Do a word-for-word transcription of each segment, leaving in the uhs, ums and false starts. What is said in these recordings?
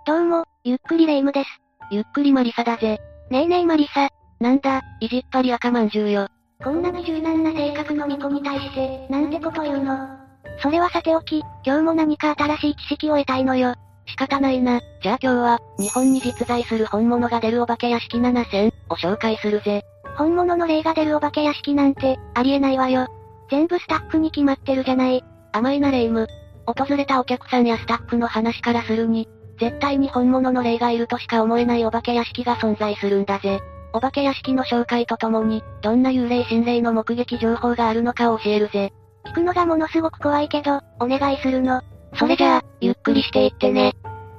どうも、ゆっくりレ夢ムです。 ゆっくりマリサだぜ。 ねえねえマリサ。 なんだ、いじっぱり赤まんじゅうよ。 こんなに柔軟な性格の巫女に対して、なんてこと言うの。それはさておき、今日も何か新しい知識を得たいのよ。 仕方ないな。じゃあ今日は、日本に実在する本物が出るお化け屋敷ななせんを紹介するぜ。 本物の霊が出るお化け屋敷なんて、ありえないわよ。全部スタッフに決まってるじゃない。 甘いなレ夢ム。訪れたお客さんやスタッフの話からするに、絶対に本物の霊がいるとしか思えないお化け屋敷が存在するんだぜ。お化け屋敷の紹介とともに、どんな幽霊心霊の目撃情報があるのかを教えるぜ。 聞くのがものすごく怖いけど、お願いするの。 それじゃあ、ゆっくりしていってね。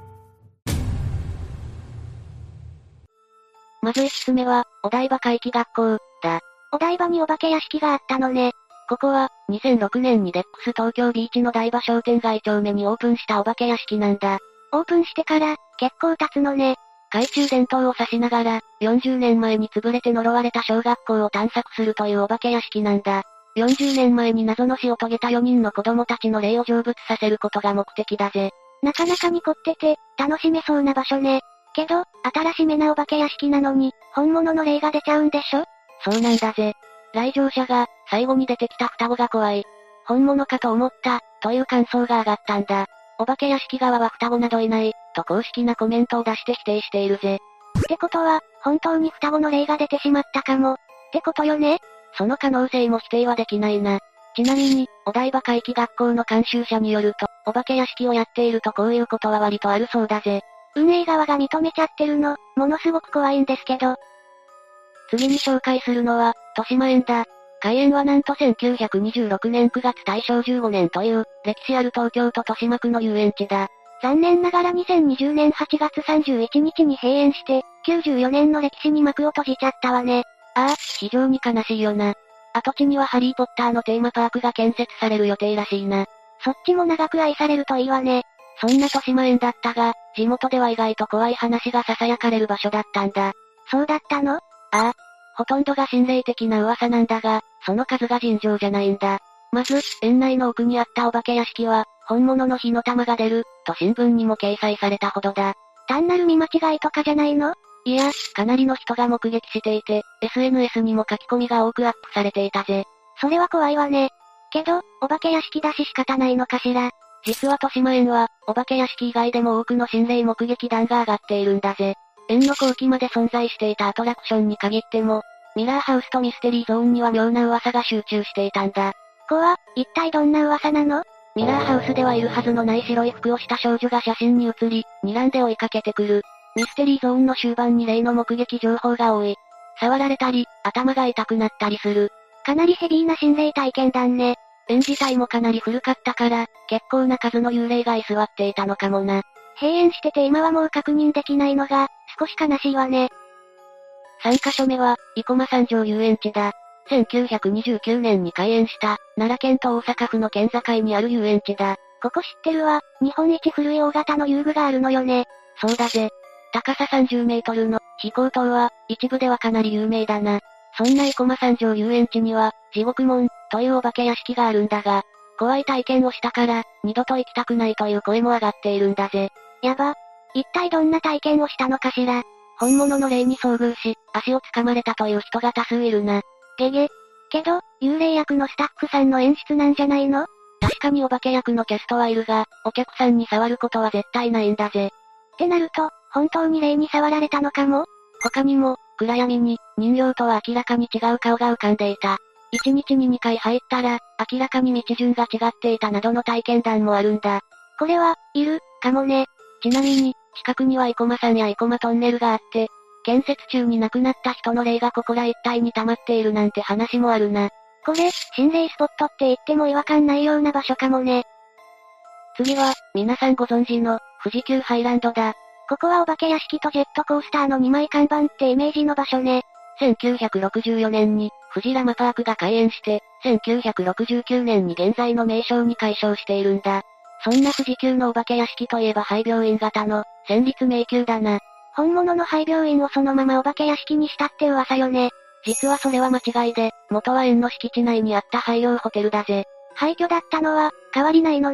まずいつつめは、お台場怪奇学校、だ。 お台場にお化け屋敷があったのね。 ここは、にせんろくねんにデックス東京ビーチの台場商店街丁目にオープンしたお化け屋敷なんだ。 オープンしてから、結構経つのね。 懐中電灯を差しながら、よんじゅうねんまえに潰れて呪われた小学校を探索するというお化け屋敷なんだ。よんじゅうねんまえに謎の死を遂げたよにんの子供たちの霊を成仏させることが目的だぜ。 なかなかに凝ってて、楽しめそうな場所ね。けど、新しめなお化け屋敷なのに、本物の霊が出ちゃうんでしょ？ そうなんだぜ。来場者が、最後に出てきた双子が怖い。本物かと思った、という感想が上がったんだ。お化け屋敷側は双子などいない、と公式なコメントを出して否定しているぜ。 ってことは、本当に双子の霊が出てしまったかも。ってことよね？ その可能性も否定はできないな。ちなみに、お台場怪奇学校の監修者によると、お化け屋敷をやっているとこういうことは割とあるそうだぜ。 運営側が認めちゃってるの、ものすごく怖いんですけど。 次に紹介するのは、豊島園だ。開園はなんとせんきゅうひゃくにじゅうろくねんくがつ大正じゅうごねんという、歴史ある東京都豊島区の遊園地だ。 残念ながらにせんにじゅうねんはちがつさんじゅういちにちに閉園して、きゅうじゅうよねんの歴史に幕を閉じちゃったわね。 ああ、非常に悲しいよな。跡地にはハリーポッターのテーマパークが建設される予定らしいな。 そっちも長く愛されるといいわね。 そんな豊島園だったが、地元では意外と怖い話が囁かれる場所だったんだ。 そうだったの？ ああ。ほとんどが心霊的な噂なんだが、その数が尋常じゃないんだ。まず、園内の奥にあったお化け屋敷は、本物の火の玉が出る、と新聞にも掲載されたほどだ。 単なる見間違いとかじゃないの？ いや、かなりの人が目撃していて、エスエヌエス にも書き込みが多くアップされていたぜ。 それは怖いわね。けど、お化け屋敷だし仕方ないのかしら。 実は豊島園は、お化け屋敷以外でも多くの心霊目撃談が上がっているんだぜ。園の後期まで存在していたアトラクションに限っても、ミラーハウスとミステリーゾーンには妙な噂が集中していたんだ。 怖、一体どんな噂なの？ ミラーハウスではいるはずのない白い服をした少女が写真に写り、睨んで追いかけてくる。ミステリーゾーンの終盤に霊の目撃情報が多い。触られたり、頭が痛くなったりする。 かなりヘビーな心霊体験談ね。 園自体もかなり古かったから、結構な数の幽霊が居座っていたのかもな。 閉園してて今はもう確認できないのが、少し悲しいわね。 さんかしょめは、生駒三条遊園地だ。せんきゅうひゃくにじゅうきゅうねんに開園した、奈良県と大阪府の県境にある遊園地だ。 ここ知ってるわ、日本一古い大型の遊具があるのよね。 そうだぜ。高ささんじゅうメートルの、飛行塔は、一部ではかなり有名だな。そんな生駒三条遊園地には、地獄門、というお化け屋敷があるんだが、怖い体験をしたから、二度と行きたくないという声も上がっているんだぜ。 やば。一体どんな体験をしたのかしら。 本物の霊に遭遇し、足を掴まれたという人が多数いるな。 げげ。けど、幽霊役のスタッフさんの演出なんじゃないの？ 確かにお化け役のキャストはいるが、お客さんに触ることは絶対ないんだぜ。 ってなると、本当に霊に触られたのかも？ 他にも、暗闇に、人形とは明らかに違う顔が浮かんでいた。一日ににかい入ったら、明らかに道順が違っていたなどの体験談もあるんだ。 これは、いる、かもね。 ちなみに、近くには生駒山や生駒トンネルがあって、建設中に亡くなった人の霊がここら一帯に溜まっているなんて話もあるな。 これ、心霊スポットって言っても違和感ないような場所かもね。 次は、皆さんご存知の、富士急ハイランドだ。 ここはお化け屋敷とジェットコースターのにまい看板ってイメージの場所ね。 せんきゅうひゃくろくじゅうよねんに、富士ラマパークが開園して、せんきゅうひゃくろくじゅうきゅうねんに現在の名称に改称しているんだ。そんな富士急のお化け屋敷といえば廃病院型の、戦慄迷宮だな。 本物の廃病院をそのままお化け屋敷にしたって噂よね。 実はそれは間違いで、元は園の敷地内にあった廃業ホテルだぜ。 廃墟だったのは、変わりないのね。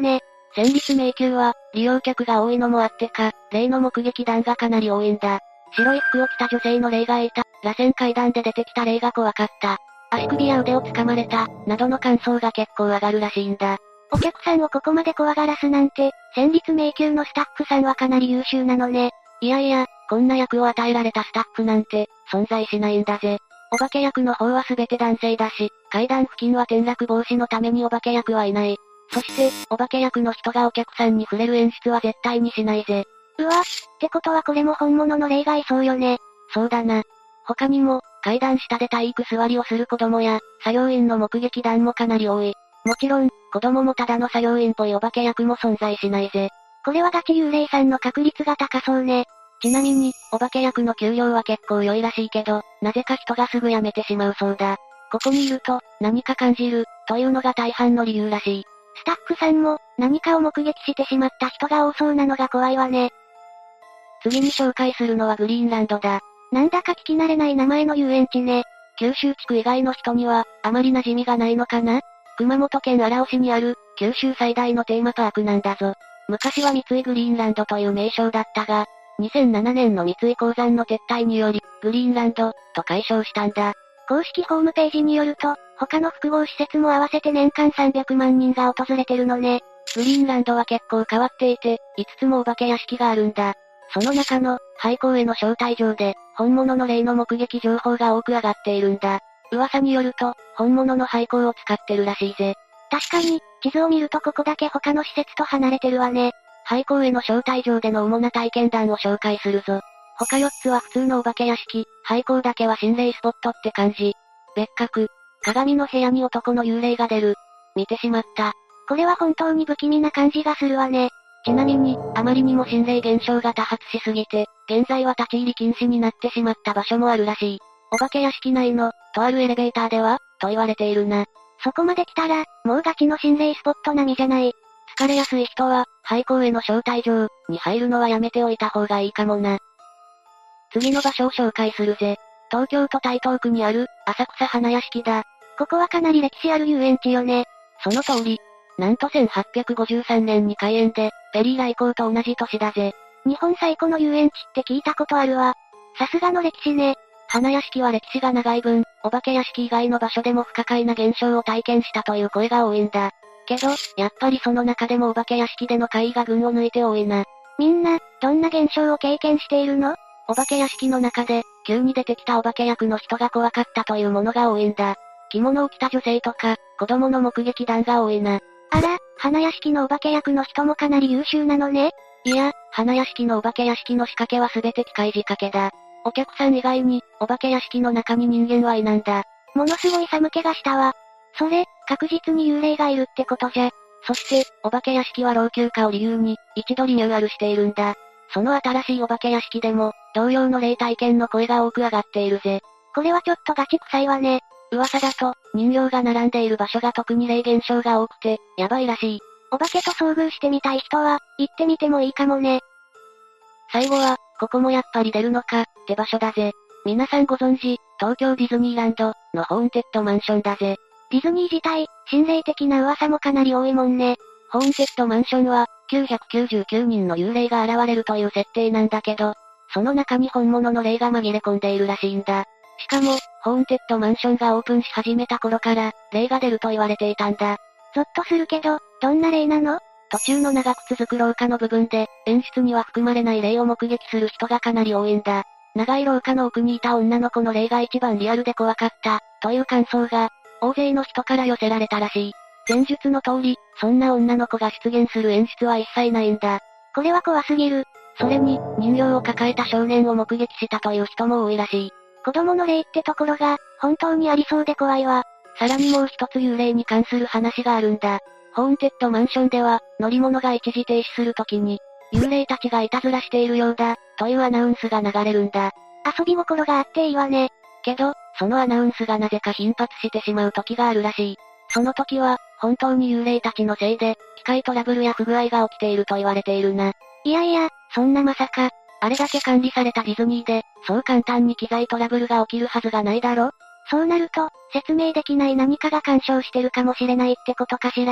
戦慄迷宮は、利用客が多いのもあってか、霊の目撃談がかなり多いんだ。白い服を着た女性の霊がいた、螺旋階段で出てきた霊が怖かった。足首や腕を掴まれた、などの感想が結構上がるらしいんだ。 お客さんをここまで怖がらすなんて、戦慄迷宮のスタッフさんはかなり優秀なのね。 いやいや、こんな役を与えられたスタッフなんて、存在しないんだぜ。お化け役の方は全て男性だし、階段付近は転落防止のためにお化け役はいない。そして、お化け役の人がお客さんに触れる演出は絶対にしないぜ。 うわ、ってことはこれも本物の霊がいそうよね。 そうだな。他にも、階段下で体育座りをする子供や、作業員の目撃談もかなり多い。もちろん、子供もただの作業員っぽいお化け役も存在しないぜ。 これはガチ幽霊さんの確率が高そうね。 ちなみに、お化け役の給料は結構良いらしいけど、なぜか人がすぐ辞めてしまうそうだ。ここにいると、何か感じる、というのが大半の理由らしい。 スタッフさんも、何かを目撃してしまった人が多そうなのが怖いわね。 次に紹介するのはグリーンランドだ。 なんだか聞き慣れない名前の遊園地ね。 九州地区以外の人には、あまり馴染みがないのかな？熊本県荒尾市にある、九州最大のテーマパークなんだぞ。昔は三井グリーンランドという名称だったが、にせんななねんの三井鉱山の撤退により、グリーンランド、と改称したんだ。 公式ホームページによると、他の複合施設も合わせて年間さんびゃくまんにんが訪れてるのね。 グリーンランドは結構変わっていて、いつつもお化け屋敷があるんだ。その中の、廃校への招待状で、本物の霊の目撃情報が多く上がっているんだ。噂によると、本物の廃校を使ってるらしいぜ。 確かに、地図を見るとここだけ他の施設と離れてるわね。 廃校への招待状での主な体験談を紹介するぞ。他よっつは普通のお化け屋敷、廃校だけは心霊スポットって感じ。別格。鏡の部屋に男の幽霊が出る。見てしまった。 これは本当に不気味な感じがするわね。 ちなみに、あまりにも心霊現象が多発しすぎて、現在は立ち入り禁止になってしまった場所もあるらしい。お化け屋敷内の、とあるエレベーターでは、と言われているな。 そこまで来たら、もうガチの心霊スポット並みじゃない。 疲れやすい人は、廃校への招待状に入るのはやめておいた方がいいかもな。次の場所を紹介するぜ。東京都台東区にある、浅草花屋敷だ。 ここはかなり歴史ある遊園地よね。 その通り。なんとせんはっぴゃくごじゅうさんねんに開園で、ペリー来航と同じ年だぜ。 日本最古の遊園地って聞いたことあるわ。さすがの歴史ね。 花屋敷は歴史が長い分、お化け屋敷以外の場所でも不可解な現象を体験したという声が多いんだ。けど、やっぱりその中でもお化け屋敷での怪異が群を抜いて多いな。 みんな、どんな現象を経験しているの？ お化け屋敷の中で、急に出てきたお化け役の人が怖かったというものが多いんだ。着物を着た女性とか、子供の目撃談が多いな。 あら、花屋敷のお化け役の人もかなり優秀なのね。 いや、花屋敷のお化け屋敷の仕掛けは全て機械仕掛けだ。お客さん以外に、お化け屋敷の中に人間はいないんだ。 ものすごい寒気がしたわ。それ、確実に幽霊がいるってことじゃ。 そして、お化け屋敷は老朽化を理由に、一度リニューアルしているんだ。その新しいお化け屋敷でも、同様の霊体験の声が多く上がっているぜ。 これはちょっとガチ臭いわね。 噂だと、人形が並んでいる場所が特に霊現象が多くて、やばいらしい。 お化けと遭遇してみたい人は、行ってみてもいいかもね。 最後は、ここもやっぱり出るのか、って場所だぜ。皆さんご存知、東京ディズニーランド、のホーンテッドマンションだぜ。 ディズニー自体、心霊的な噂もかなり多いもんね。 ホーンテッドマンションは、きゅうひゃくきゅうじゅうきゅうにんの幽霊が現れるという設定なんだけど、その中に本物の霊が紛れ込んでいるらしいんだ。しかも、ホーンテッドマンションがオープンし始めた頃から、霊が出ると言われていたんだ。 ゾッとするけど、どんな霊なの？ 途中の長く続く廊下の部分で、演出には含まれない霊を目撃する人がかなり多いんだ。長い廊下の奥にいた女の子の霊が一番リアルで怖かった、という感想が、大勢の人から寄せられたらしい。前述の通り、そんな女の子が出現する演出は一切ないんだ。 これは怖すぎる。 それに、人形を抱えた少年を目撃したという人も多いらしい。 子供の霊ってところが、本当にありそうで怖いわ。 さらにもう一つ幽霊に関する話があるんだ。ホーンテッドマンションでは、乗り物が一時停止するときに、幽霊たちがいたずらしているようだ、というアナウンスが流れるんだ。 遊び心があっていいわね。 けど、そのアナウンスがなぜか頻発してしまう時があるらしい。その時は、本当に幽霊たちのせいで、機械トラブルや不具合が起きていると言われているな。 いやいや、そんなまさか、 あれだけ管理されたディズニーで、そう簡単に機材トラブルが起きるはずがないだろ？ そうなると、説明できない何かが干渉してるかもしれないってことかしら。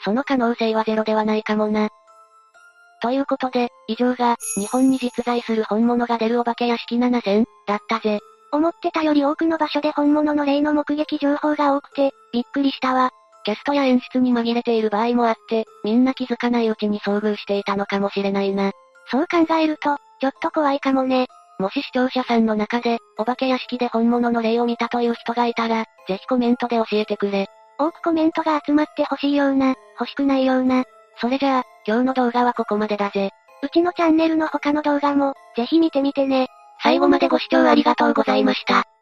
その可能性はゼロではないかもな。ということで、以上が、日本に実在する本物が出るお化け屋敷ななせん、だったぜ。 思ってたより多くの場所で本物の霊の目撃情報が多くて、びっくりしたわ。 キャストや演出に紛れている場合もあって、みんな気づかないうちに遭遇していたのかもしれないな。 そう考えると、ちょっと怖いかもね。 もし視聴者さんの中で、お化け屋敷で本物の霊を見たという人がいたら、ぜひコメントで教えてくれ。 多くコメントが集まって欲しいような、欲しくないような。 それじゃあ、今日の動画はここまでだぜ。 うちのチャンネルの他の動画も、ぜひ見てみてね。 最後までご視聴ありがとうございました。